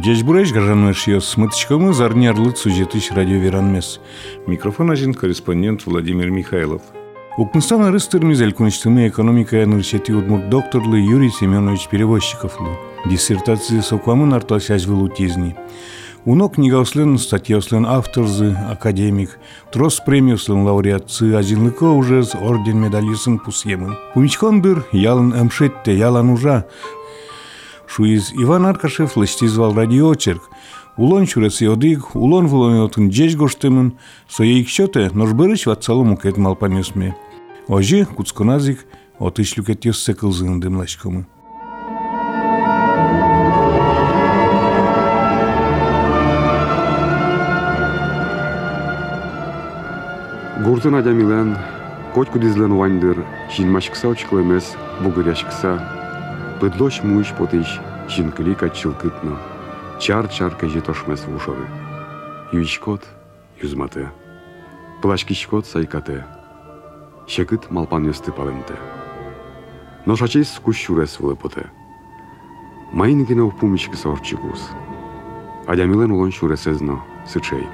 Дежбуреш гражданышьёс смыточкамы зарнярлык сюжетыш радио веранмес. Микрофон один корреспондент Владимир Михайлов. Укмыстан арыстырмыз элькунштымы экономика нырчети удмурт докторлы Юрий Семенович Перевозчиковлы. Диссертации соквамын арталшаш вылутизни. Уно книгауслен, статьяуслен авторзы, академик, трос премиуслен лауреатцы, азинлыко уже с орден медалисын пусемын. Пумичкон дыр, ялын эмшетте, ялан ужа. Шуиз Иван Аркашев лыстизвал радиочерк. Улон чуреси одыг, улон вулонотын жеж гоштымын, соеик счёте ножбырыш ватсалу мукет малпанесме. Ожи, куцконазик, отыш люкетьёс секылзын дымлашкомы. Гуртын адямилен, котку дизлен вайндыр, жинмашкса очклемес, бугыряшкса, пыдлош муиш потыш, жинкли качылкытно, чар-чар кеже тошмес в ушоры. Юичкот, юзмате, плашкичкот сайкате, шекыт малпан ёсты паленте. Но шачес кущурес вылепоте. Майнгина упумичкса орчикус. Адямилен улон шуресезно, сычейк.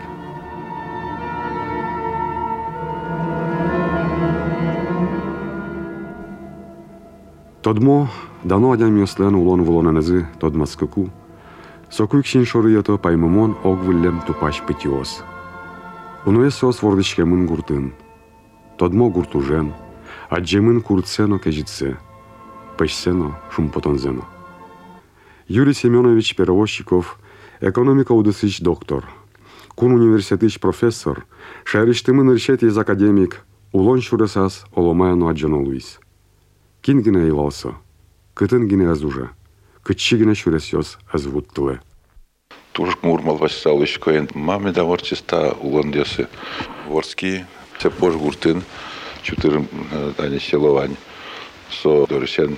Тодмо дано адямиослен улон вулонанезы тодмаскаку, сокуикшин шорыйото паймымон огвыллем тупаш пытиос. Унуэсос вордышкемын гуртын. Тодмо гуртужен, аджемын куртсено кежитсе, пешсено шумпотонзено. Юрий Семенович Перевозчиков, экономика удысыч доктор, кун университетыч профессор, шайрыштымын иршет из академик, улон шуресас оломаяно аджанолуис. Кингина ивалсо, кытынгине азужа, кытчигине шуресёс азвуттылы. Тужк мурмал вассалыш коен маме да ворчиста улондесы ворски се пош гуртын чутыр ане селовань со дорсен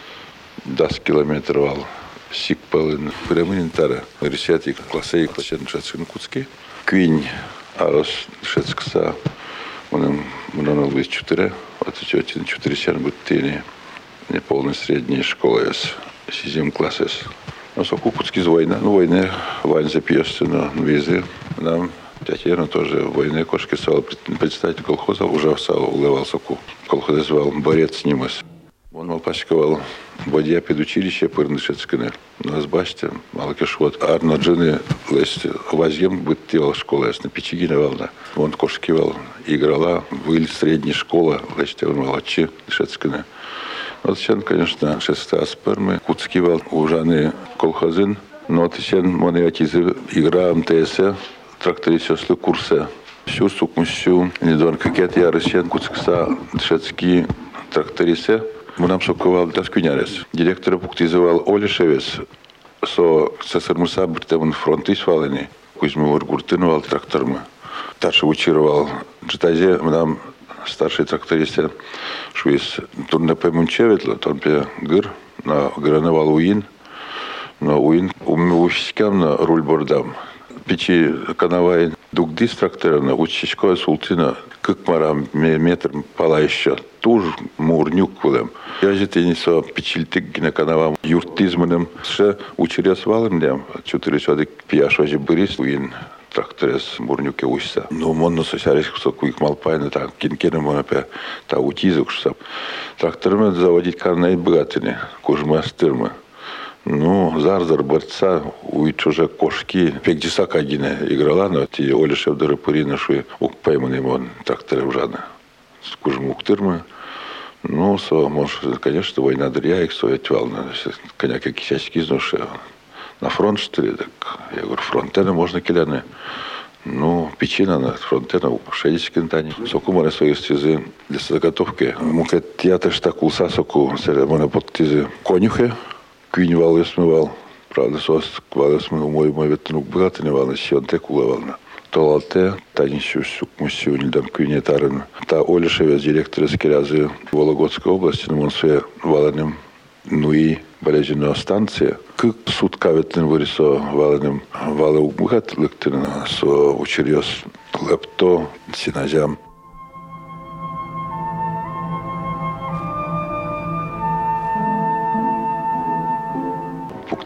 10 километров ал сикпалын премынтара решетик классей классен шацын куцки квинь арос шацкса он алвис 4 отчётен 4 сен буттыни не полной средней школы с 7 классес. Но со кукутский война, войны, войны запьёсты на визы. Нам тятьерно тоже войны кошки стал представитель колхоза, уже уливал соку. Колхоз звал борец с ним. Он малпачковал водя педучилище пырнышецкане. Но с башти малкешвот арно джины лесть возьем быттивал школа на печигине волна. Он кошкивал, играла в средней школы, лесть он молодчи шецкане. Вот сейчас, конечно, 6 спермы, куцкивал ужаны колхозин, но вот сейчас монетизы игра МТС, тракторисёслы курсы. Всю сукмущу, недон какет я рычен куцкса шецки тракторисе. Мы нам соковал доскунярес. Директора пуктизовал Олешевец, со сесермуса бритеван фронты свалени. Кузьму Ургуртыновал тракторма. Тарше учировал джитазе, мы нам старший тракторист швейц турне поймунчеветло, торпе гыр на граневал уин, но уин умевущикам на руль бордам. Печи канавай дугдис тракторна учичко султина как марам метр пала еще туж мурнюк кулем. Я же ты не со печильтик на канавам юртизманом ше учеряс валым дем. 400 пьяш уже брис уин. Тракторес мурнюке уйса. Но монно сосярис куик малпайна так кинкене монапе та утизок что тракторами заводить карнай богатыни кужма стырмы. Ну зарзар борца уйч уже кошки пекдисак агине играла, но ти Олешев дырыпырина шуй укпайманы мон тракторы ужана с кужму уктырмы. Ну со может конечно война дыря их соять вална коня как кисячки изнуше. На фронт, что ли, так, я говорю, фронтена можно киляны. Ну, печина на фронтена, шедички нтани. Соку море свои стезы для заготовки. Мукет театр штакулса соку, море под тезы конюхе. Квинь вал и смывал. Правда, сос квал смывал мой ветнук брат, не вал, на сион тек уловал. Толалте, танищу сукмусю, нельдам квине тарен. Та Олешевя, директор скирязы Вологодской области, но он своей валанем, ну и болезненная станция. Как сутка ветлен вырисо валеным валы угат лыктын со учерьёс лепто синазям.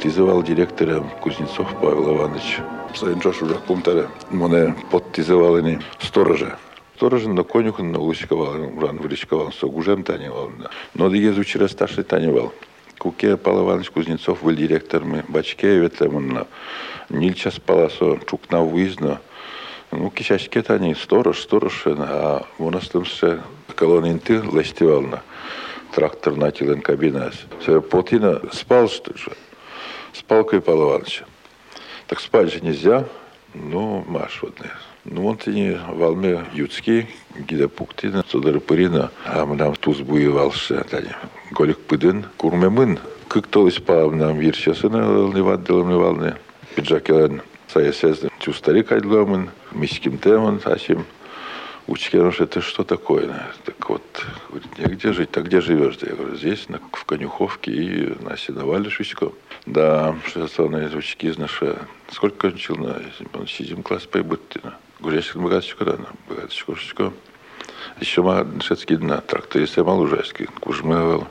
подтизывал директора Кузнецов Павел Иванович. Сайнчош уже пунктаре. Моне подтизывал они сторожа. Сторожа на конюха на лучковал, уран вылечковал, согужем таневал. Но дигез учера старший таневал. Куке Павел Иванович Кузнецов был директором Бачкеевец, он нильчас паласо чукна выездно. Ну, кишачке тани сторож, а у нас там все колонинты лестивал на трактор на тилен кабинас. Все потина спал, что же. Спал Павел Иванович. Так спать же нельзя. Ну, маш вот не. Ну, он не валме юцкий, где пуктина, содары пырина, а мы нам туз буевался, тани. Голик пыдын, курмемын. Как то спал нам вирчасына, левадделом валны. Пиджакелен саясез, чустарик айдломын, миским темон, асим. Учкин, это что такое? Так вот, говорит, где жить? Так где живешь? Я говорю, здесь, в Конюховке и на сеновале Швичко. Да, что он из учки, знаешь, сколько кончил на 7 класс поебыттина. Гурящик богаточку, да, богаточку. Еще шецкий на трактористе малужайский, кужмывал.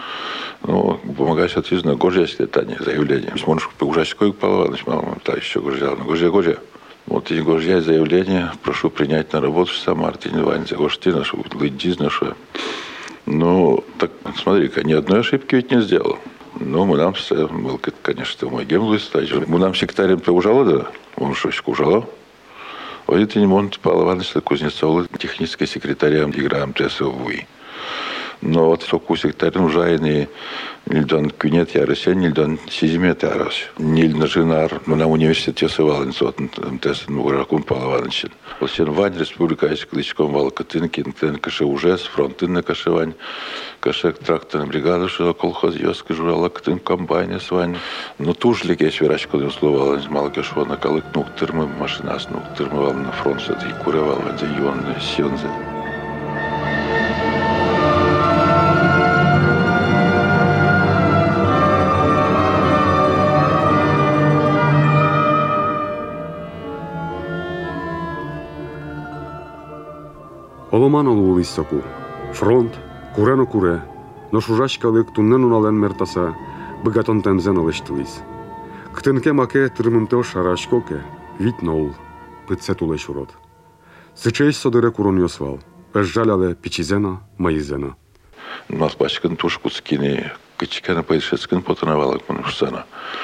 Ну, помогаешь отвезно, горжайский летание, заявление. Можешь погужайской Павел мама, та еще горжал, горжа. Вот и горжай заявление, прошу принять на работу Мартин Иванович, гошти нашу, лыдиз нашу. Ну, так, смотри-ка, ни одной ошибки ведь не сделал. Ну, мы нам, был, конечно, мой гемлый стач. Мы нам сектарем ужало, да? Он что, ужало? Вот это не может Павел Иванович Кузнецов, технический секретарем играем ТСУ. Но вот соку секретарем ужайный нильдон кюнет яросен, нильдон сизимет ярос. Нильдон жинар, но на университете сывал инсот, МТС, Ракун Павел Иванович. Вот сен Вань, республика, кличком Валкатынки, каше ужес, фронтын на кашевань, каше тракторная бригада, что колхоз ёска журала, катын комбайне с Вань. Но туж ли кеш верачку не условал, мало кешо на калык, ну, тырмы машинас, ну, тырмывал на фронт, и куревал, за юан, сионзе. Оломан олуул иссоку. Фронт, курено куре, но шужашкалык туннен унален мертаса, быгатон темзен олештылыз. Ктынке маке тырмымтел шарашкоке, вит нол, пытсе туле шурот. Сычейс содыре курон йосвал, эжжаляле пичизена, маизена. Маспачкан тушку скини, кычкана поишецкан потонавалак манушсана.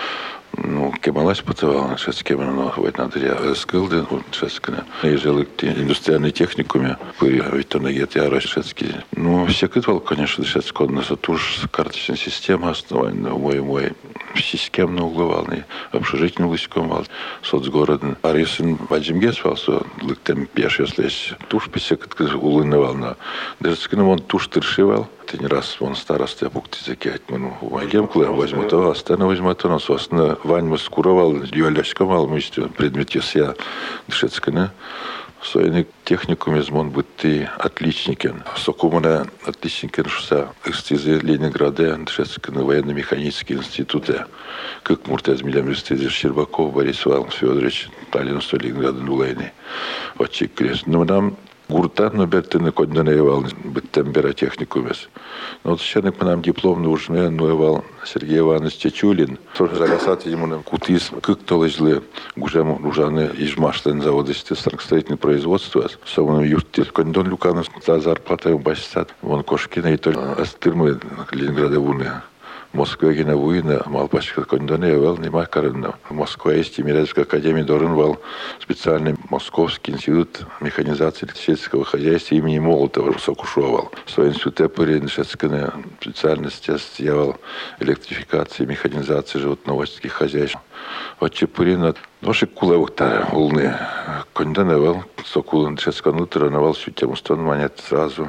Ну, кемалась потовала, шецкема, но вот надо я скылды, шецкана. Я жил в индустриальной техникуме, ведь то на ГТА шецкий. Ну, все кытвал, конечно, шецкий, но за ту же карточная система основана, мой системно угловалный, общежитный лысковал, соцгород. А если Вадимге свался, лыктем пеш, если туш писек, улынывал на. Даже скинул он туш тыршивал. Ты не раз он старости пукти закять. Ну, вайгем клем возьму то, остальное возьму то, но собственно Вань мы скуровал, юаляшковал, мы предмет я дышецкане. Союзник техникум из мон быть ты отличникен. Сокумана отличникен шуса из Ленинграда, дышецкане военно-механический институте. Как муртез милям Щербаков, Борис Иванович Федорович, Таллинство Ленинграда Нулейный. Вот чик крест. Ну, нам Гуртан, но бертыны конденеевал, быть температехникумес. Но вот сейчас по нам диплом нужны, нуевал Сергей Иванович Чечулин. Тоже залясат ему на кутис, как то лежли, гужем ужаны ижмаштен заводисты, строительное производство. Особенно юрти, кондон люканов за зарплатой бассат. Вон Кошкина и то астырмы Ленинграда вуны. Москва гина вуйна, малпачка кондонеевал, нема каренна. Москва есть Тимирязевская академия Дорынвал, специальный Московский институт механизации сельского хозяйства имени Молотова Сокушевал. Свой институт эпори, специальность явал электрификации, механизации животноводческих хозяйств. Вот Чепурина, ноши кулевук-то улны, кондонеевал, сокулын шескан утрановал, сютем установление сразу.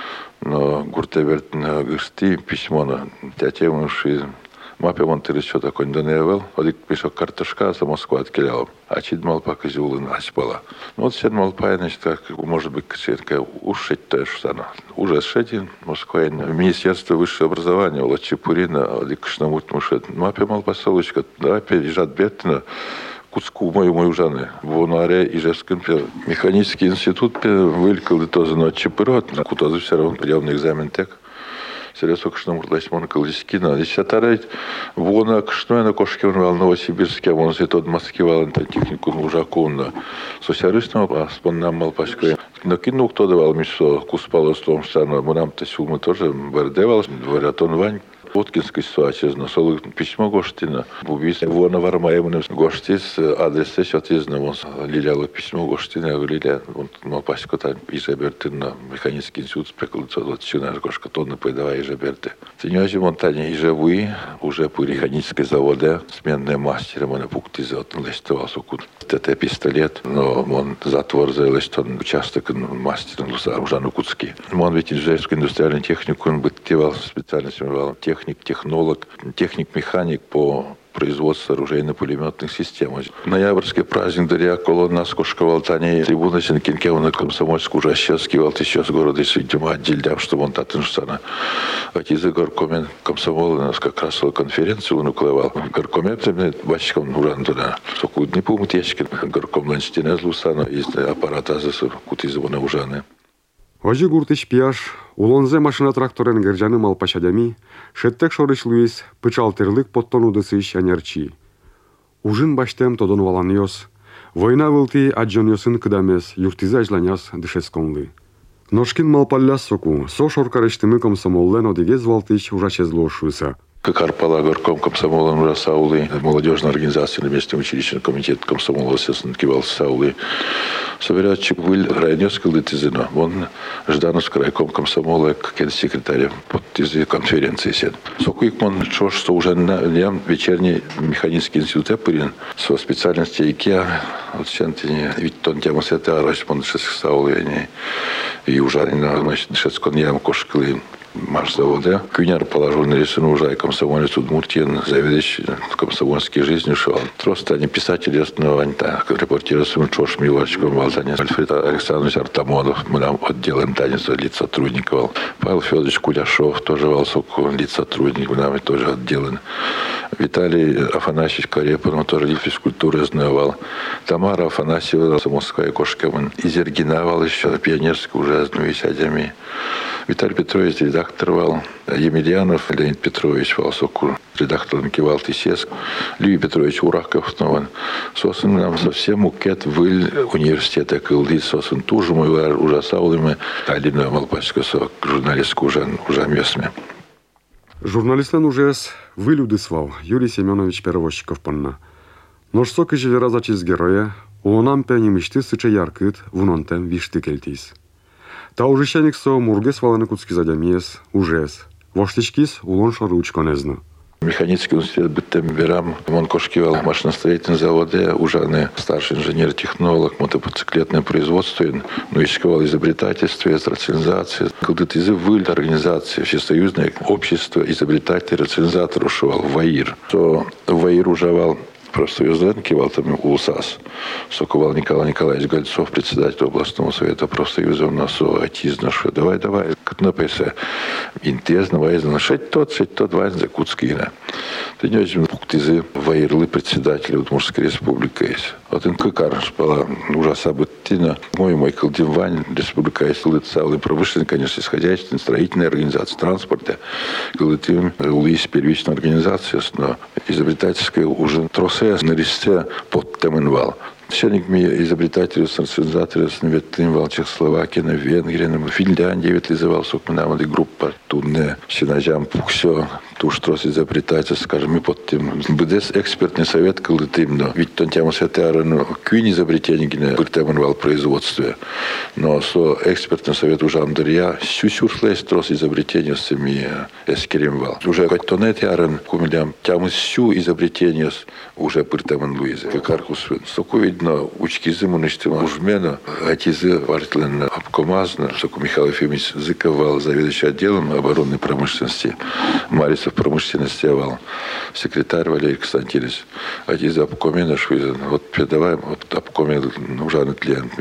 Но гуртеверт на гысти письмо на тятему ши мапе монтыры что такое донеевел, одик пишок картошка за Москву откелял, а чидмал пока зулын аспала. Ну вот седмал пайнич так может быть ксерка ушить то что она уже шедин Москва Министерство высшего образования вот Чепурина одик шнамут мушет мапе мал посолочка да переезжать бедно Куцку мою жаны. В Онаре и Ижевском механический институт вылькал и тоже на Чепырот. Куда-то все равно приемный экзамен тек. Сересок шнамурлась мон кылыскина. Десятарай вона кшноя кошки он Новосибирске, он се тот Москве валента технику ужаконно. Сосярышно споннам малпашкой. Но кинул кто давал мисо куспало с том, что нам то сумма тоже бардевал, говорят он Вань. Воткинской ситуации, но соло письмо Гоштина. Убийство вона вармаемным Гоштис адрес сейчас изнамо лиляло письмо Гоштина, лиля он малпашко там изобертина механический институт спекуляционного чина Гошка тонны поедавая изоберты. Тенёзи монтане изживы уже по механической заводе сменные мастеры мы на пункте золотом листовал сукут. Это пистолет, но он затвор заявил, что он участок мастером Жану Куцки. Он ведь инженерскую индустриальную технику он бытовал специальность техник-технолог, техник-механик по производству оружейно-пулеметных систем. Ноябрьский праздник Дарья колонна скушковал тани трибуна Сенкинке, он комсомольску уже щескивал, еще с города Свидима отделяв, что он татынштана. А тизы горкомен комсомола нас как раз конференцию он уклевал. Горкомен бачком уран туда. Сокуд не помнит ящики горком ланстина злусана из аппарата засур кутизована ужаны. Ожи гуртыш пияш, улонзе машина тракторен герджаны малпашадями, шеттек шорыш Луис, пычалтырлык подтонудысыш анерчи. Ужин баштем тодон валаньос, война вылты аджоньосын кыдамес, юртиза ажланяс дышесконлы. Ношкин малпалляс соку, со шоркарештымы комсомоллен одегез валтыш ужачезлошуйса. Карпала горком комсомола уже Саулы, молодежная организация на местном училищном комитете комсомола, естественно, кивал Саулы. Собирательчик был районерский литизино. Он Ждановский крайком комсомола, как секретарь под из конференции сед. Сокуик он что уже на вечерний механический институт Эпурин со специальностью ИКЕА, от сентини, ведь тон тему сета, он Саулы, и уже на шестскон ям кошкали. Маш завода. Кюняр положил на рисуну уже комсомолец Удмуртин, заведующий комсомольской жизнью, что просто они писатели основания, репортер Сумчош Милочком, Валзанец, Альфред Александрович Артамонов, мы нам отделаем танец лиц сотрудников. Павел Федорович Куляшов тоже Валсоку, лиц сотрудник, мы нам тоже отделан. Виталий Афанасьевич Карепин, он тоже физкультуры знавал. Тамара Афанасьева, Самоская Кошкеван, Изергинавал еще, пионерскую уже сядями. Виталий Петрович редакторовал, Емельянов Леонид Петрович Волосоку, редактор кивал Тисеск, Львий Петрович Ураков, сосын нам совсем укет выль университета Кылды, сосын тоже мы ужасал мы Алина Малпачка, журналистку уже местами. Журналистен ужас вылюдысвал Юрий Семенович Перевозчиков панна. Нож соки живера зачиз героя, улонам пяни мечты сыча яркыт, вунонтем вишты кельтис. Та ужищаник со мургес валаны куцки задямиес, ужес. Воштичкис улон шаручко незна. Механический университет быттем берам, он кошкивал машиностроительный заводе, уже старший инженер-технолог, мотоциклетное производство, но искал изобретательство, рационализация. Когда ты выль организации, всесоюзное общество изобретателей, рационализатор ушел в ВАИР. То ВАИР ужавал профсоюзный кивал там УСАС. Соковал Николай Николаевич Гольцов, председатель областного совета профсоюза у нас атизна, что давай, как написано, интересно, воезно, шесть тот, воезно, Куцкина. Ты не очень пуктизы воирлы председателя Удмуртской республики есть. Вот он кыкар была ужаса быттина. Мой колдивань, республика есть лицавый промышленный, конечно, исходящий, строительная организация транспорта. Колдивань, улис первичная организация, но изобретательская уже тросе на листе под теменвал. Начальник изобретателей, рационализаторов, наведывал Чехословакии, на Венгрии, на Финляндии, ветлизывал, сукминамады группа, тудне, синажам, пуксё, туш трос изобретатель, скажем, мы под тем. БДС экспертный совет, когда тем, ведь тон тему сетара, кюни изобретения, пыртеманвал производстве. Но со экспертный совет уже Андрия, сюсюрслес трос изобретения с семи эскеремвал. Уже как тонет ярен, кумилям, тямы сю изобретения уже пыртеман Луизы. Как аркус, соковид но учки зимуночтыма ужмена, атизы вартлен обкомазна, соку Михаил Ефимович Зыковал, заведующий отделом оборонной промышленности, Марисов промышленности овал, секретарь Валерий Константинович, атизы обкомена швизен, вот передаваем, вот обкомен ужаны тлен,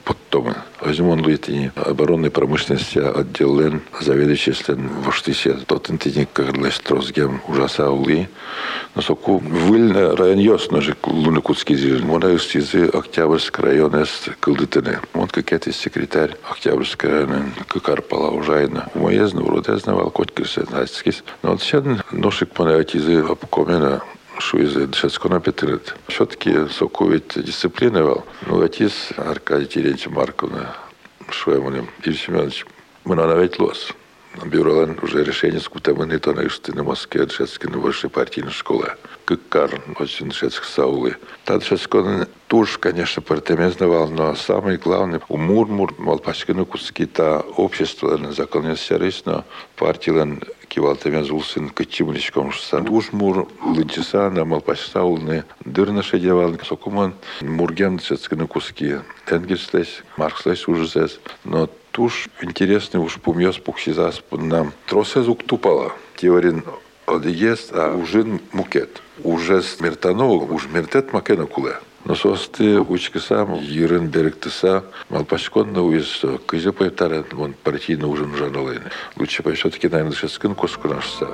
Потом возьмем луитини оборонной промышленности отделен заведующий в Аштисе. Тот интенник карлес трозгем ужаса ули. Но соку выльна район ясно же лунакутский зижен. Мона юстизы Октябрьский район с кылдытыны. Он какой-то секретарь Октябрьского района Карпала ужайна. Умоезно, уродезно, валкотькирся, нацкис. Но вот сейчас ношик понятизы обкомена. Что из дешевского напитырит. Все-таки соковит дисциплиновал. Ну, отец Аркадий Терентьевич Марковна, что ему не... Ильич Семенович, мы наведь лос. Бюро уже решение скутаманы, то на на Москве, дешевской на высшей партийной школе. Как Карл, очень дешевских саулы. Та дешевская тоже, конечно, партиями знавал, но самое главное, у Мурмур, Малпачкину куски, та общество, законно серьезно, партия, кивалтами зулсын качимличком, что Ужмур, Лынчиса, на Малпачсаулны, дырнаше девал, сокуман, Мурген, дешевские куски, Энгельслесь, Маркслесь ужасес, но туж интересный уж помьёс пухсизас нам. Тросе звук тупала. Теорин одеест, а ужин мукет. Уже смертанул, уж мертет макена куле. Но состы учки сам, Юрин Берегтеса, Малпачконна уез, кызя поэтарен, он партийный ужин уже налыны. Лучше бы все-таки, наверное, сейчас коску нашса.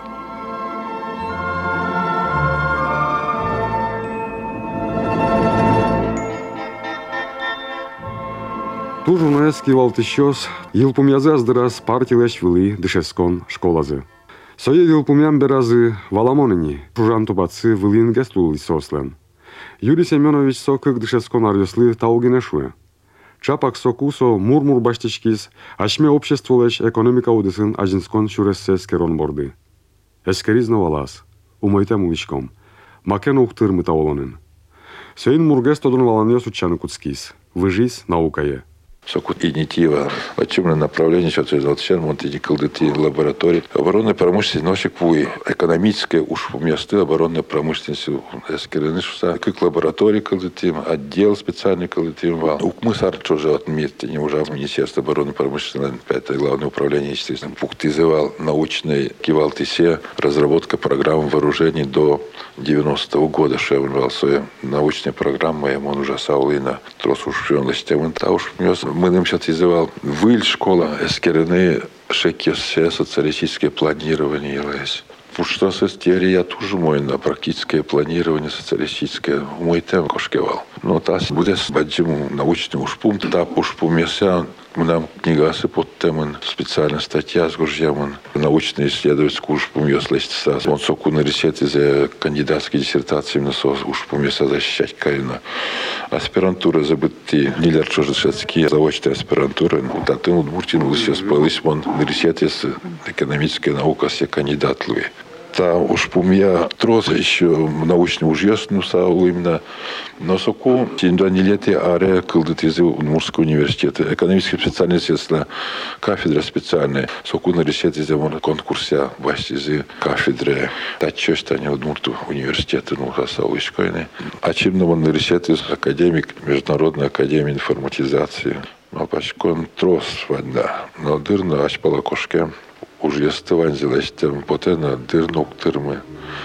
Туж у нас кивал тещос, елпумязаз дырас партилеш вили дешескон школазы. Сое елпумян беразы валамонини, пужан тубацы вилин гестул сослен. Юрий Семенович сокык дешескон арьослы таугенешуе. Чапак сокусо мурмур баштичкис, ашме обществолеш экономика удысын ажинскон шурессес керонборды. Эскеризно валас, умойтем уличком, макен ухтыр таолонын. Сөйн мургестодун валаньос учаны куцкис, выжись наукае. Сокут инициатива, отчимное направление, что это зачем вот эти колдыты лаборатории. Оборонная промышленность носит пуи, экономическая уж месты оборонной промышленности эскерены, что как лаборатории колдыты, отдел специальный колдыты. Мы сарчо же отметьте, не уже в Министерстве обороны промышленности, это главное управление, естественно, пуктизывал научной кивалтисе разработка программ вооружений до 90-го года, что я выбрал свою научную программу, ему уже саулина трос уж власти, а уж мы нам сейчас изывал выль школа эскерены шекерсе социалистическое планирование является. Что с теория тоже мой на практическое планирование социалистическое мой тем кошкевал. Но тас будет баджиму научный ушпум, та ушпумеся нам книга под темой специальная статья с гуржемон научный исследовательский ушпум ёслестиса. Он соку на ресете за кандидатские диссертации на сос ушпумеся защищать кайна. Аспирантура забыты нилер чужесецкие заочные аспирантуры. Татын удмуртин лысес полысмон на ресете с экономической наука все кандидатлы. Та уж помня троса еще научно уж ясно саул именно, но соку 7 лет аре кылдыт из Удмуртского университета экономические специальности кафедра специальная соку на ресете из конкурса власти из кафедры та честь они Удмурту университета ну саул искойны, а чем на ресете из академик международной академии информатизации Малпачкон трос вода, но дырно ачпала кошке. Уже остывань зелестем, потена дырнук тырмы.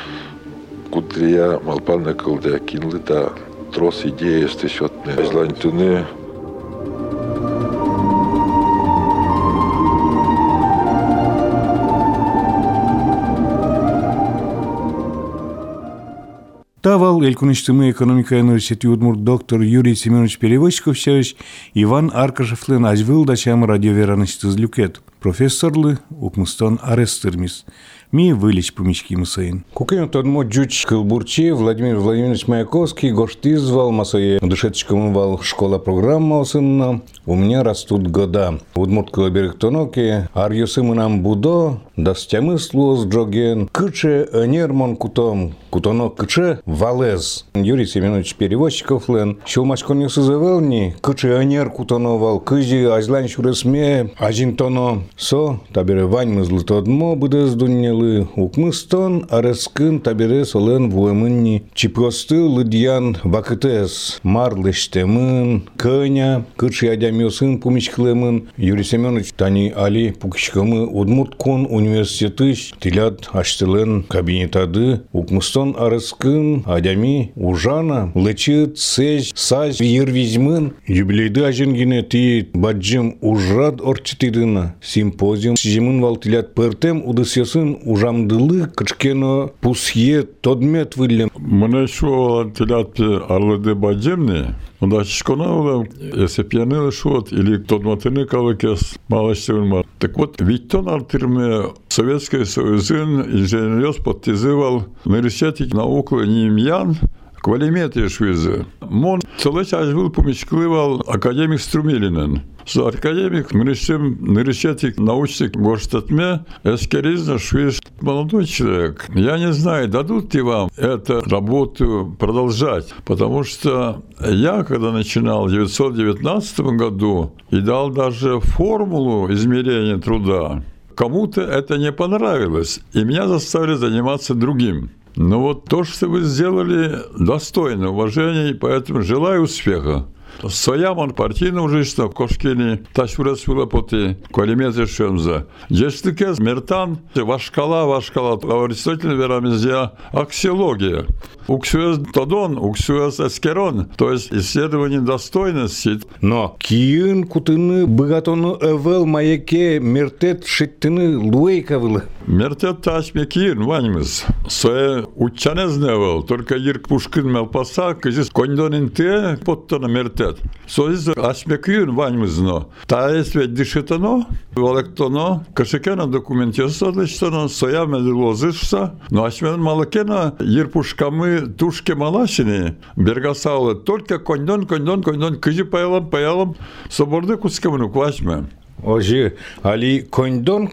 Кудрия малпальна кылдя кинули, да трос идеи стесетные. Излантюны. Тавал Элькуништымы экономика университети Удмурт доктор Юрий Семенович Перевозчиков шереш Иван Аркашевлен ажвыл дачам радиоверанышты злюкет. Профессорлы укмыстон арестырмис. Ми вылечь помещки мысаин. Кукин тот мой джуч Кылбурчи Владимир Владимирович Маяковский гоштизвал масое душечком вал школа программа осынна. У меня растут года. Удмурткова берегтоноки арьосымы нам будо дастямысло с джоген кыче энермон кутом кутонок кыче валез. Юрий Семенович Перевозчиков лен щелмачкон сызывални кыче энер кутоновал кызи азлань шуресме ажинтоно со табере вань мызлытодмо быдез дуннелы укмыстон арескын табере солен вуэмынни чипросты лыдьян вакытес марлыштемын кыня кыче адям адямиосын пумичклемын Юрий Семенович тани али пукишкамы Удмурткон университетыш тилят аштылын кабинетады укмыстон арыскын адями ужана лечит сеж саж вирвизмын юбилейды аженгине ти баджим ужрад орчитидына симпозиум сижимын вал тилят пертем удысясын ужамдылы кычкено пусье тодмет вылем. Мене що тилят арлыды баджемне, онда шкона есепьяны шот или тодматыны калыкес малыштырма. Так вот, Виттон артырме Советский Союзын инженерёс подтизывал университет науку Нимьян квалиметрия швизы. Мон целый час был помечкливал академик Струмилинен. Академик университет научный горстатме эскеризно швиз молодой человек. Я не знаю, дадут ли вам эту работу продолжать, потому что я, когда начинал в 1919 году и дал даже формулу измерения труда, кому-то это не понравилось, и меня заставили заниматься другим. Но вот то, что вы сделали, достойно уважения, и поэтому желаю успеха. Своямон партийную жизнь в Кошкине ташвурас вылапоты квалиметрия шемза. Если мертан вашкала, Аристотель верамизия аксиология. Уксуэс тодон, уксуэс эскерон, то есть исследование достойности. Но киин кутыны богатону эвел маяке мертет шиттыны луэйкавылы. Мертет ташме киин ванимыз. Сое учанезневел, только Ирк Пушкин мелпаса, кызис кондонин те поттона мертет. Союз ашмекүйін ваньмызно. Та если дишетано, валектоно, кашекена документиоса лиштано, соя медилозышса, но ашмен малакена ерпушкамы тушке малашини, бергасалы, только кондон, кыжи паялам, соборды кускамыну квашме. Ожи, али кондон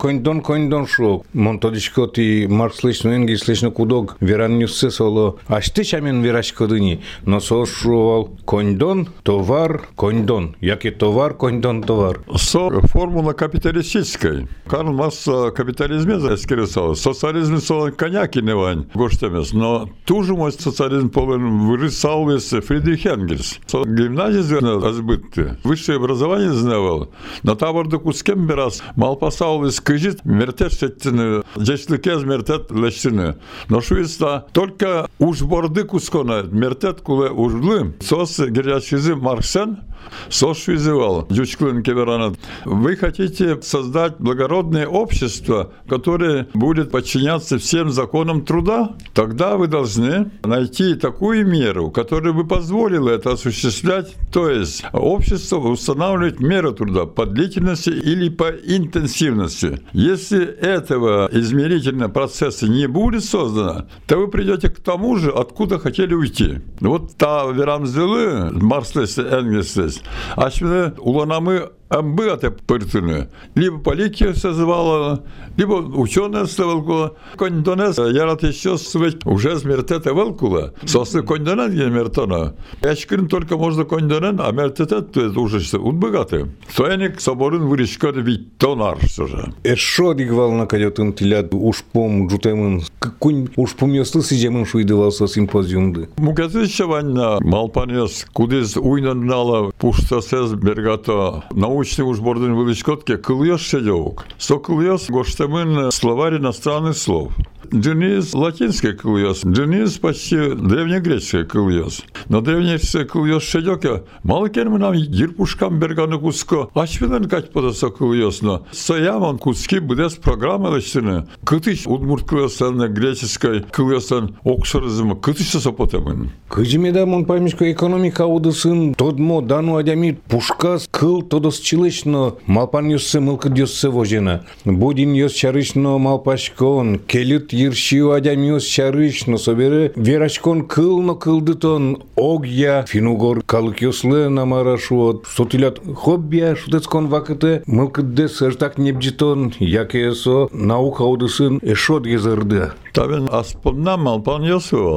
шо. Монтодишко ти маркслично энгислично кудог вераннюссе соло. Ашты чамен верашкодыни, но сошувал кондон, товар, кондон. Яке товар, кондон, товар. Формула капиталистическая. Карл Маркс капитализме заскересал. Социализм соло коняки не вань, гоштемес. Но тужу мой социализм полон вырысал Фридрих Энгельс. Гимназия знал азбытты. Высшее образование знавал. На табор кускем берас малпасаул искажит мертет шеттины жечликез мертет лещины. Но шуиста только уж борды кускона мертет куле ужлы сос герячизы Марксен сос швизывал дючклын кеверанат. Вы хотите создать благородное общество, которое будет подчиняться всем законам труда? Тогда вы должны найти такую меру, которая бы позволила это осуществлять. То есть общество устанавливает меру труда по длительности или по интенсивности. Если этого измерительного процесса не будет создано, то вы придете к тому же, откуда хотели уйти. Вот та верамзелы, Маркслес, Энгельс, ашмины уланамы амбыате пыртыны. Либо политика созывала, либо ученые ставалкула. Кондонес ярат еще свыть уже смертета велкула. Сосы кондонен не мертона. Яшкин только можно кондонен, а мертетет это уже утбыгаты. Соеник соборын выришкоды ведь тонар же. Эшо дигвал на кадетын тилят ушпом джутемын. Какунь ушпом ёсты сидемын шуйдывался симпозиумды. Мугазыщавань на малпанес, кудыз уйнанала пуштасез бергато научный уж бордын вылычкотке кыльёс шедёвок. Со кыльёс гоштемын словарь иностранных слов. Джинис латинский кыльёс, джинис почти древнегреческий кыльёс. Но древнегреческий кыльёс шедёке мало кем нам ерпушкам берганы куско. Ачвенен кать подаса кыльёс, но соямон куски будес программы лечтыны. Кытыч удмурт кыльёсан греческой кыльёсан окшарызымы кытыч сопотемын. Кыжимеда мон памишко экономика удысын тодмо дану адями пушкас кыл тодос чилычно малпан ёссе мылкыд ёссе вожена. Будин ёс чарычно малпашкон, келют ершиу адями ёс чарычно собере верачкон кылно кылдытон огья финугор калык ёслы намарашуот. Сотилят хоббия шутецкон вакыты мылкыдде сыртак небджитон, яке со наука удысын эшот гезырды. Тавен аспомнам малпан ёсывал.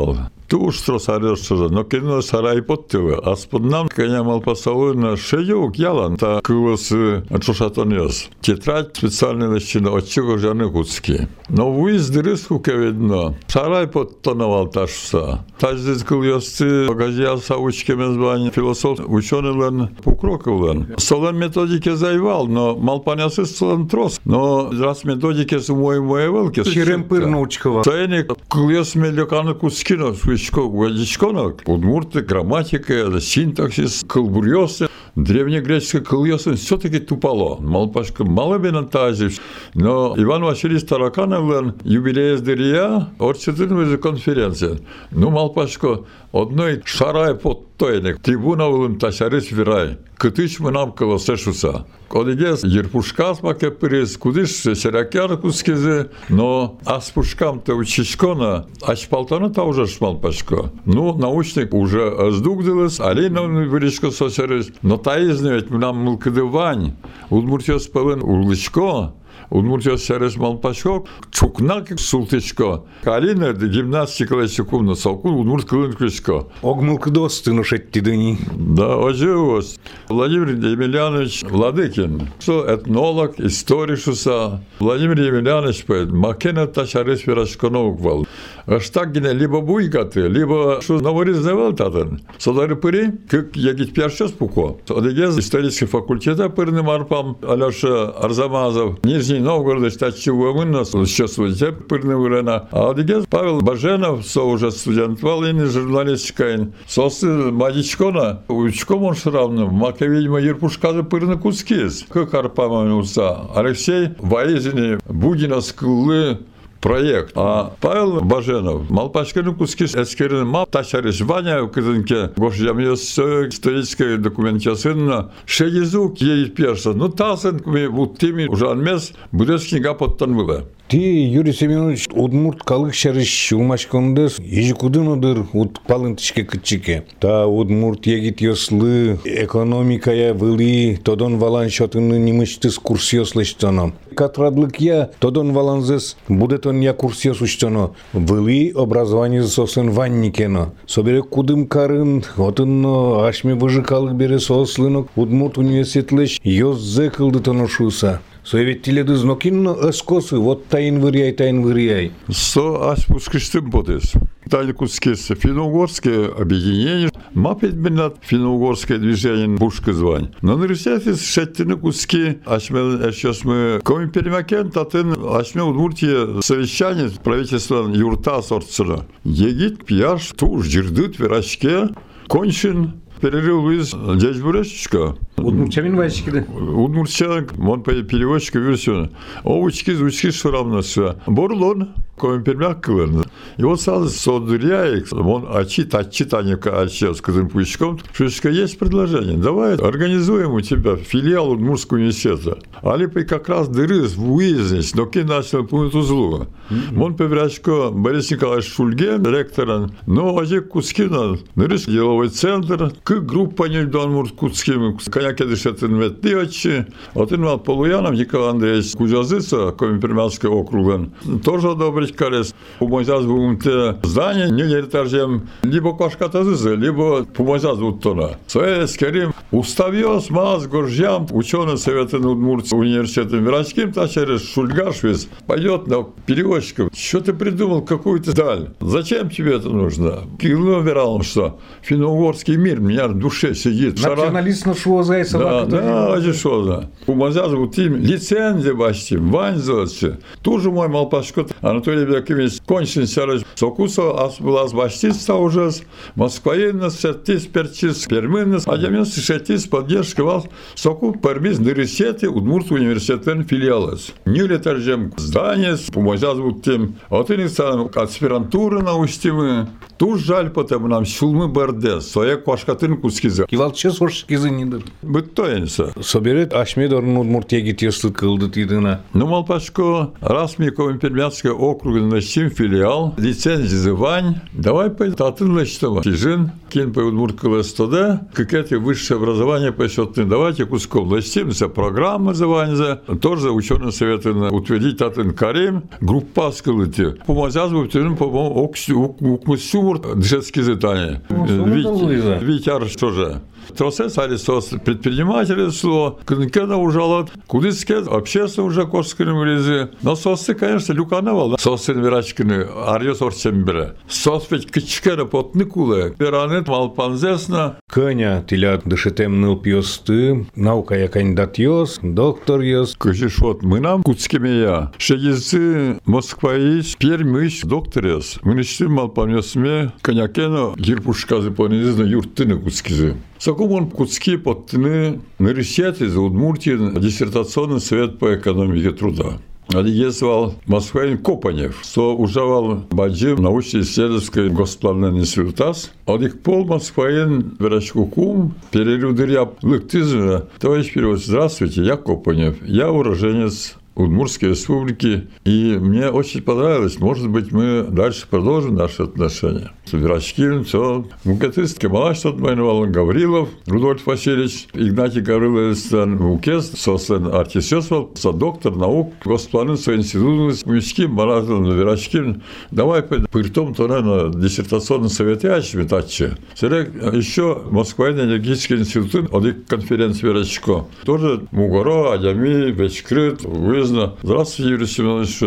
Туж сросарёшсыза, но кино сарай подтылы. Асподнам коня малпасалына шеюк ялан, та кылысы отшушатонёс. Тетрадь специальная лещина, отчего жаны гудски. Но выезд рыску видно. Сарай подтоновал ташса. Таж здесь кылёсцы, погазия саучками звань, философ учёныйлан пукроковлан. Солен методике заевал, но малпанясы солен трос. Но раз методике сумой моевалки. Черемпыр научкова. Тайник кылёс мелёканы кускино, Водичконок, удмурты, грамматика, синтаксис, кылбурьосы, древнегреческое кыльосы все-таки тупало. Малпашка мало бенантажи, но Иван Васильевич Тараканов юбилей сдырья, орчетын конференция. Ну, малпашка одной шарай под тойник, трибуна улым ташарыш вирай. Кытыш мы нам колосешуса. Одегес ерпушкас макепырис, кудыш серакяр кускезе, но аспушкам-то учишкона, ашпалтана-то уже шмалпашко. Ну, научник уже сдугдылыс, алейновный вырежка сосерыс, но таизны ведь нам мылкыдывань, удмуртёс пылын урлычко, удмуртёс серес малпашко, чукнак султычко, калинерді гимнастикалай секундно салкун удмурт кылын крышко. Огмылкыдос тынушетти дыни. Да, оживос. Владимир Емельянович Владыкин, что этнолог, историшуса. Владимир Емельянович поэт, макена ташарес пирашконок вал. Аж так гине либо буйгаты, либо что наваризновал татан. Содары пыри, как ягить пьяшчас пуко. Одегез исторический факультета пырным арпам, Алёша Арзамазов, Нижний Новгород, статчевого мынна, сейчас вот пырным вырена. А одегез Павел Баженов, со уже студент валин, журналистикаин. Сосы мадичкона, учком он шравным, мака, видимо, ерпушказы пырны кускиз. Как арпамануса. Алексей Воизини, Будина скылы, проект. А Павел Баженов, малпашканы куски эскерин мап ташарыш Ваня кызынке гошжамьёс историческая документациясына шегизук ей перса. Ну тасын вот теми уже анмес будешь книга подтанвыла. Ти, Юрий Семенович, удмурт калык шарыш улмашкондес, ежикудын одыр удпалын тишке кытчике. Та удмурт егит ёслы, экономикая вылы, тодон валан шотыны немыштыс курс ёслыштоно. Катрадлык я, тодон валанзес, будетон я курс ёсуштоно. Вылы образование сосын ванникено. Собере кудым карын, отынно ашме выжикалык бере сослынок, удмурт университетлеш ёззе кылдытоно шуса. Советтиледі знокинно эскосы, вот тайын выряй. Со аспускиштым подес. Тайны кускес финно-угорское объединение. Мапет бенат финно-угорское движение бушка звань. Но на ресете шеттины куски ашме эшёсмы комимперимакен татын ашме удмуртия совещание правительства юрта сорцена. Егит пьяш туж жирдыт верачке кончен. Перерыв Луиз дядь Бурашечка. Удмуртчамин вайшкиды. Удмуртчан, он переводчика версию. Овучки, звучки шурамнасы. Борлон, комимпермяк кылын. И вот сразу содыряек, он отчитаника отчет с кызым пучком. Шишка, есть предложение. Давай организуем у тебя филиал Удмуртского университета. Алипы как раз дыры выездить, но ки начал пункт узлу. Он поверячко Борис Николаевич Шульген, ректором. Но один Кускина, нырыш деловой центр, к группа Нильдонмурт Куским, коняки дышатын метлиочи. Один мал Полуянов Николай Андреевич Кузязыца, комимпермянский округан. Тоже одобрить карес. Помозяз будем те здания, не летаржем, либо кашкатазызы, либо помозяз будут тона. Советским уставьёс маз горжям, ученый совета Удмурт университетом Верачким, тачерес Шульгашвиз, пойдет на переводчиков. Что ты придумал, какую-то даль? Зачем тебе это нужно? Кило верал, что финно-угорский мир у меня в душе сидит. Националист на шо за это собака. Да, а что за? Помозяз будут им лицензия бачтим, ванзовцы. Тоже мой малпашкот Анатолий Яковлевич кончен сярыш сокусо ас была баштица уже Москваина сетис перчис пермыныс адемес сетис поддержка вас соку пермис нырысети Удмурт университетен филиалас. Нюле торжем здание помозяз будут тем. Отыныстан аспирантура научтимы. Туж жаль, потому нам шулмы бардес, своя квашкатын кускиза. Кивалчы соршкизы недыр. Быттоенса. Соберет ашмедорн удмурт егит ёслы кылды тидына. Ну, малпашко, раз мы комимпермянское округ начнем филиал, лицензия звань, давай по татын лечтова. Тижин, кин по удмурт кылыстыда, какое-то высшее образование посчетное, давайте куском лечтим, за программа звань, тоже ученый совет утвердить татын карим, группа скылыти. Помозяз бы по-моему, укмысю мурт дышецкий зытание. Витяр что же? Тросес арестос предприниматели шло, когда ужалат, кудыске общественно уже корскины вылезли. Но сосы, конечно, люкановал. Сосын верачкины, арьос орчембере. Сос ведь кичкера потны куле. Перанет малпанзесна. Коня тилят дышетем ныл пьосты, наука я кандидат йос, доктор йос. Кыжиш вот мы нам куцкими я. Шегизцы Москва иш, Пермыш, доктор йос. Мы ничтим малпаньосме, конякено, гирпушказы понизно юртыны куцкизы. Сакумон куцки подтыны нарисят из Удмуртии диссертационный совет по экономике труда. Одезвал Москвин Копанев, что ужавал баджи научно-исследовательской госпланный институт. Одих пол Москвин верачкукум перелюдыря лыктызна. Товарищ перевод, здравствуйте, я Копанев, я уроженец Удмуртской республики, и мне очень понравилось. Может быть, мы дальше продолжим наши отношения. Верачкин, все. Мукатыст Кемалаш отмайновал Гаврилов, Рудольф Васильевич, Игнатий Гаврилович Мукес, сослен Артисесвал, доктор наук, госпланинство института, Мучкин, Маразан, Верачкин. Давай притом то на диссертационном совете Ачмитаче. Еще Москва энергетический институт, один конференция Верачко. Тоже Мугоро, Адями, Вечкрыт, Здравствуйте, Юрий Семенович.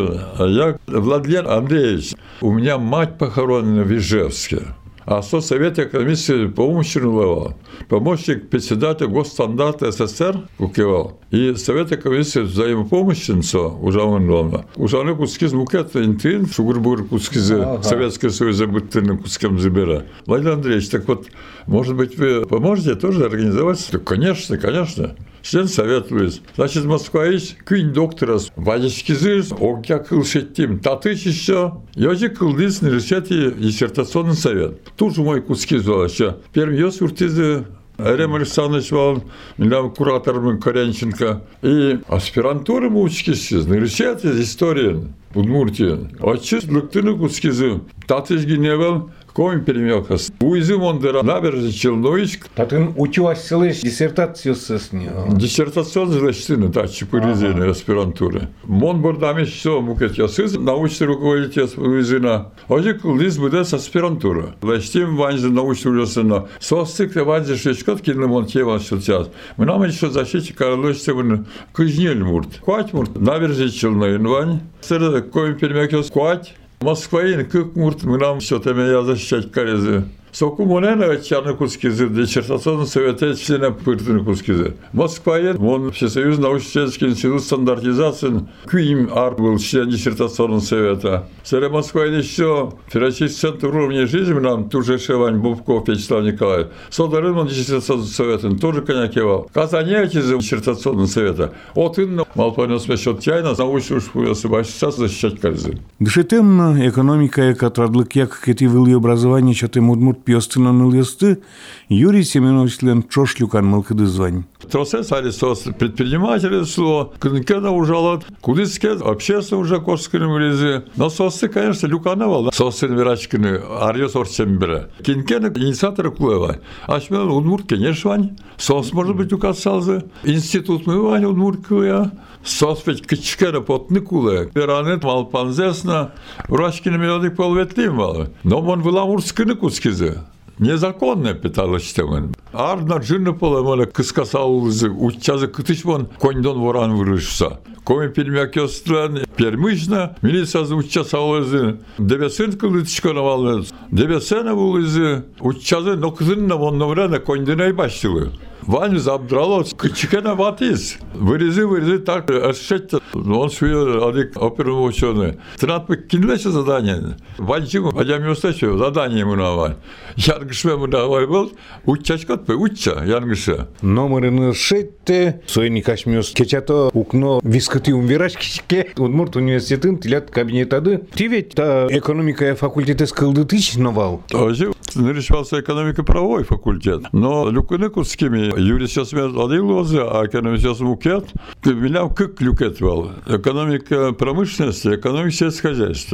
Я Владимир Андреевич. У меня мать похоронена в Ижевске. А Совет экономической помощи нулевал. Помощник председателя Госстандарта СССР кукивал. И Совет экономической взаимопомощи уже он уже не куски звукет интин, шугурбур куски Советского Союза быттырным кускам забира. Владимир Андреевич, так вот, может быть, вы поможете тоже организовать? Конечно, конечно. Член совета Луис. Значит, Москва есть кынь доктора Вадичкизы, огя кылшеттим, татыч еще. Ёжи кылдыс нересети диссертационный совет. Тут же мой куски звал еще. Первым ёс уртизы Эрем Александрович вал, милям куратором Корянченко. И аспирантуры мучкисыз, нересети история Удмуртии. Очи лыктыны кускизы. Татыч гиневал. Коми перемелкас. Уизым ондера набережный Челновичк. Татын учуасылыш диссертацию сысни. Диссертационный защитный, да, чипыризины аспирантуры. Мон бордамиш все мукет ясыз, научный руководитель уизына. Ожик лиз будет аспирантура. Лаштим ванзы научный университет. Состык ванзы шечкот кинем он тема сейчас. Мы нам еще защитить карлочтевын кыжнель мурт. Куать мурт. Набережный Челновин вань. Сэр коми перемелкас куать. Москваин, как мурт, мы нам что-то меня защищать карезы. Сокумонена чарны кускизы, диссертационный совет члена пыртыны кускизы. Москваин, он Всесоюзный научно-исследовательский институт стандартизации, кюим арт был член диссертационного совета. Среди Москваин еще Федеральный центр уровня жизни, нам тоже Шевань Бубков Вячеслав Николаевич. Содарин он диссертационный совет, тоже конякивал. Казаньяки за диссертационного совета. Вот он малпанес насчет тайна, научно сейчас защищать карезы. Дышетем экономика, катрадлык як кетивил образование, чатем удмурт пьёстына ныльёсты, Юрий Семенович лен чошлюкан мылкыды звань. Тросес арестос предприниматели шло, когда ужалат, кудыске общественно уже корскины вылезли. Но сосы, конечно, люкановал. Сосын верачкины, арьос орчембере. Кинкены инициаторы кулева. Ашмен удмурт, конечно, вань. Сос, может быть, указался. Институт мы вань удмуртковая. Сос ведь кичкена потны куле. Перанет малпанзесна. Врачкины мелодик полветлим мало. Но он выламурскины кускизы. Незаконно питалось темен. Ардна джинна полемана кыскасал учазы кытышман коньдон воран вырышса. Коми перемякёстлан пермышна милиция учасалызы. Дебесен кылычкана валны. Дебесена булызы учазы нокзынна вонноврана коньдынай баштылы. Вань забдрало, кычкена ватис. Вырезы так ошетта. Он свой адик оперный ученый. Тратпы кинлеше задание. Ванчим, адями устачу задание ему навай. Янгышме ему навай был. Учачкот пы уча янгыша. Номерını шетте, соени кашмёс кечато укно вискати умвирашкичке. Удмурт университетин тилят кабинетады. Тивет та экономика факультеты скылдытыч новал. Тоже решался экономика правовой факультет. Но люкыны кускими Юрий сейчас один лозы, а экономика сейчас мукет. Меня как люкет вал. Экономика промышленности, экономика сельского хозяйства.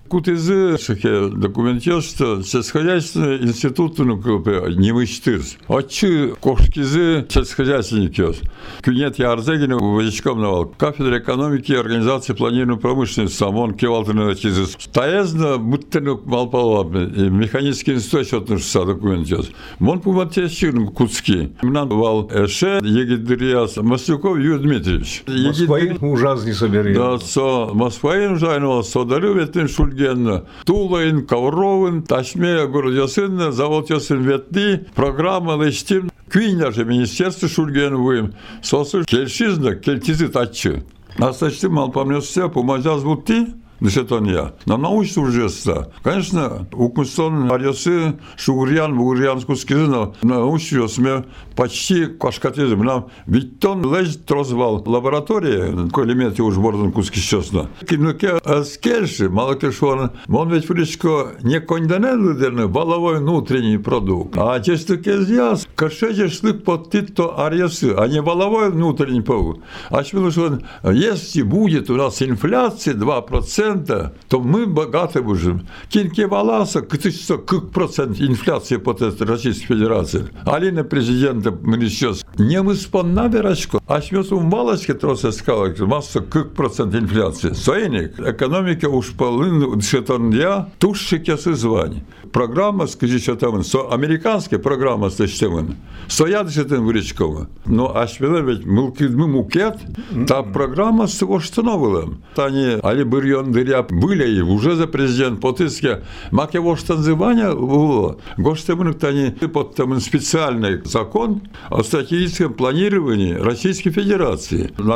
Кутызы шахе документел, что сельскохозяйственный институт не вычтырс. Отчи кошкизы сельскохозяйственники. Кюнет Ярзегин войском навал. Кафедра экономики и организации планирования промышленности самон кевалтырный чизис. Таезно буттенук малпалабы. Механический институт счетнышса документел. Мон пуматещин куцки. Мнан вал эше егидриас Маслюков Юрий Дмитриевич. Москваин ужасный собери. Да, со Москваин ужасный содарил ветин шульген. Тулаин, Ковровин, Ташмея, город Ясын, завод Ясын ветни, программа лечтим. Квинер же министерство шульген выем. Сосу кельшизна, кельтизы татчы. А сочтим мал помнёшься, помазяз бутти. Дышетония. На научном ужеста. Конечно, укмусон арьосы шугурьян, бугурьянскую скизну научил сме почти кашкатизм. Нам ведь тон лежь трозвал лаборатория, колемети уж бордон куски честно. Кинуке аскельши, малокешон, он ведь фришко не конденеллидерный, воловой внутренний продукт. А честно кезяс, кашеже шлык под тито арьосы, а не воловой внутренний продукт. А что если будет у нас инфляция 2%, то мы богаты будем. Киньке валаса, как процент инфляции по Российской Федерации. Алина президента мы сейчас не выспанна верочку, а смесу малочки троса скала, масса как процент инфляции. Соеник, экономика уж полын, шетонья, тушики созвани. Программа, скажи, что там, американская программа с тем, сояд шетен выречкова. Но ашвелен ведь мы мукет, та программа с того, что новым. Тани, али бырьон дыря были и уже за президент потыске. Мак его штанзывания было. Гоштемын тани под там специальный закон о стратегическом планировании Российской Федерации на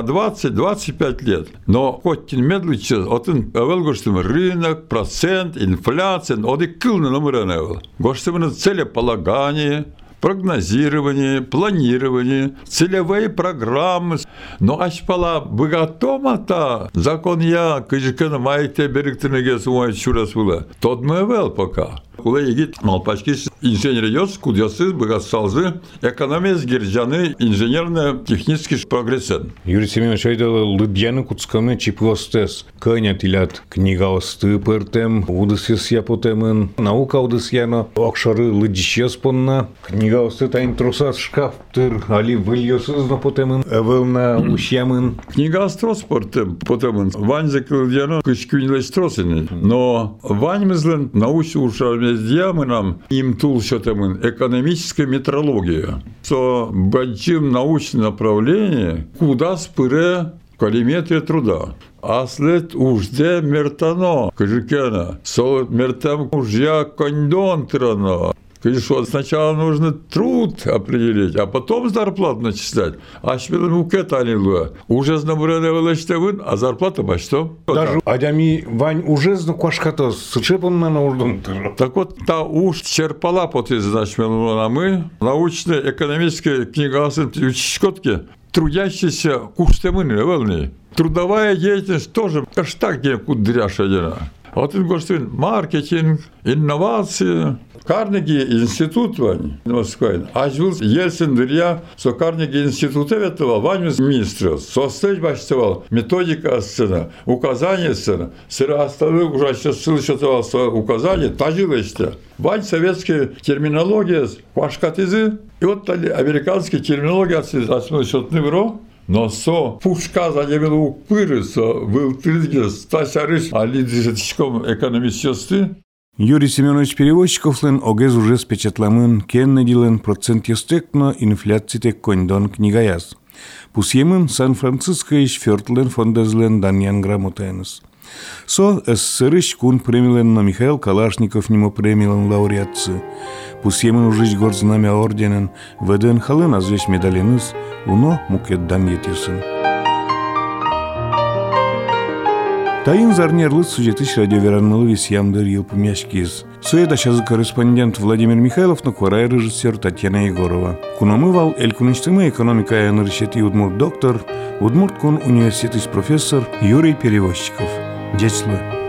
20-25 лет. Но хоть медлить, отын авелгоштем рынок, процент, инфляция, оди кылны номера не было. Гоштемын целеполагание, прогнозирование, планирование, целевые программы. Но ашпала богатома-то закон я, кыжикана майте берегтенеге сумай чурас было. Тот мы вел пока. Куда егит малпачки инженер йос, кудясы, богатсалзы, экономия сгирджаны, инженерно-технический прогрессен. Юрий Семенович, это лыдьяны куцкаме чипгостес. Кыня тилят книга осты пыртем, удысыс япотемын, наука удысьяно, окшары лыдьщес понна, книга осты тайн трусас шкаф тыр, али выльёсыз на потемын, эвелна ущямын. Книга острос потемын, вань закылдьяно, кычкюнилась тросыны. Но вань мызлен научу ушарме мы нам им тул счетом экономическая метрология. Со большим научным направлением, куда спыре калиметрия труда. А след ужде мертано, кажикена, со мертам ужья кондон трано. Что сначала нужно труд определить, а потом зарплату начислять. А шпилен мукет анилуя. Уже знамурене величтевын, а зарплата ба что? Даже адями вань уже знакошката сычепан на нуждом. Так вот, та уж черпала поты значмелуна мы, научные, экономические книгасын учишкотки, трудящиеся куштемыны, велни. Трудовая деятельность тоже каштак где кудряша. Вот это говорит, маркетинг, инновации. Карнеги институт вань Москвы. Ажвил Ельцин дырья, со Карнеги института ветовал, вань министр, со стель бачтовал, методика сцена, указания сцена, сыра оставил уже сейчас слышал со указания, тажилочта. Вань советская терминология, квашкатизы, и вот американская терминология от счетный бюро. Но со пушка задевила упыры, со был тридгер, стасярыш, а лидзитичком экономистёсты. Юрий Семенович Перевозчиковлен огез уже спечатламын кеннедилен процент юстекно инфляцитек кондон книгаяс. Пусьемын Сан-Франциско иш фёртлен фондезлен даньян грамотенес. Со СССР кун премилен на Михаил Калашников нимо премилен лауреатцы. Пусьемын ужич горзнамя орденен, веден хален азвеш медаленыз, уно мукет дан етирсын. Таин зарнерлыц сюжетыш радиоверанмылы висьямдыр елпумяшкиз. Суедашазы корреспондент Владимир Михайлов, накварай режиссер Татьяна Егорова. Куномывал элькунычтымы экономика энергетики удмурт доктор, удмурт кун университет профессор Юрий Перевозчиков. Дячслы.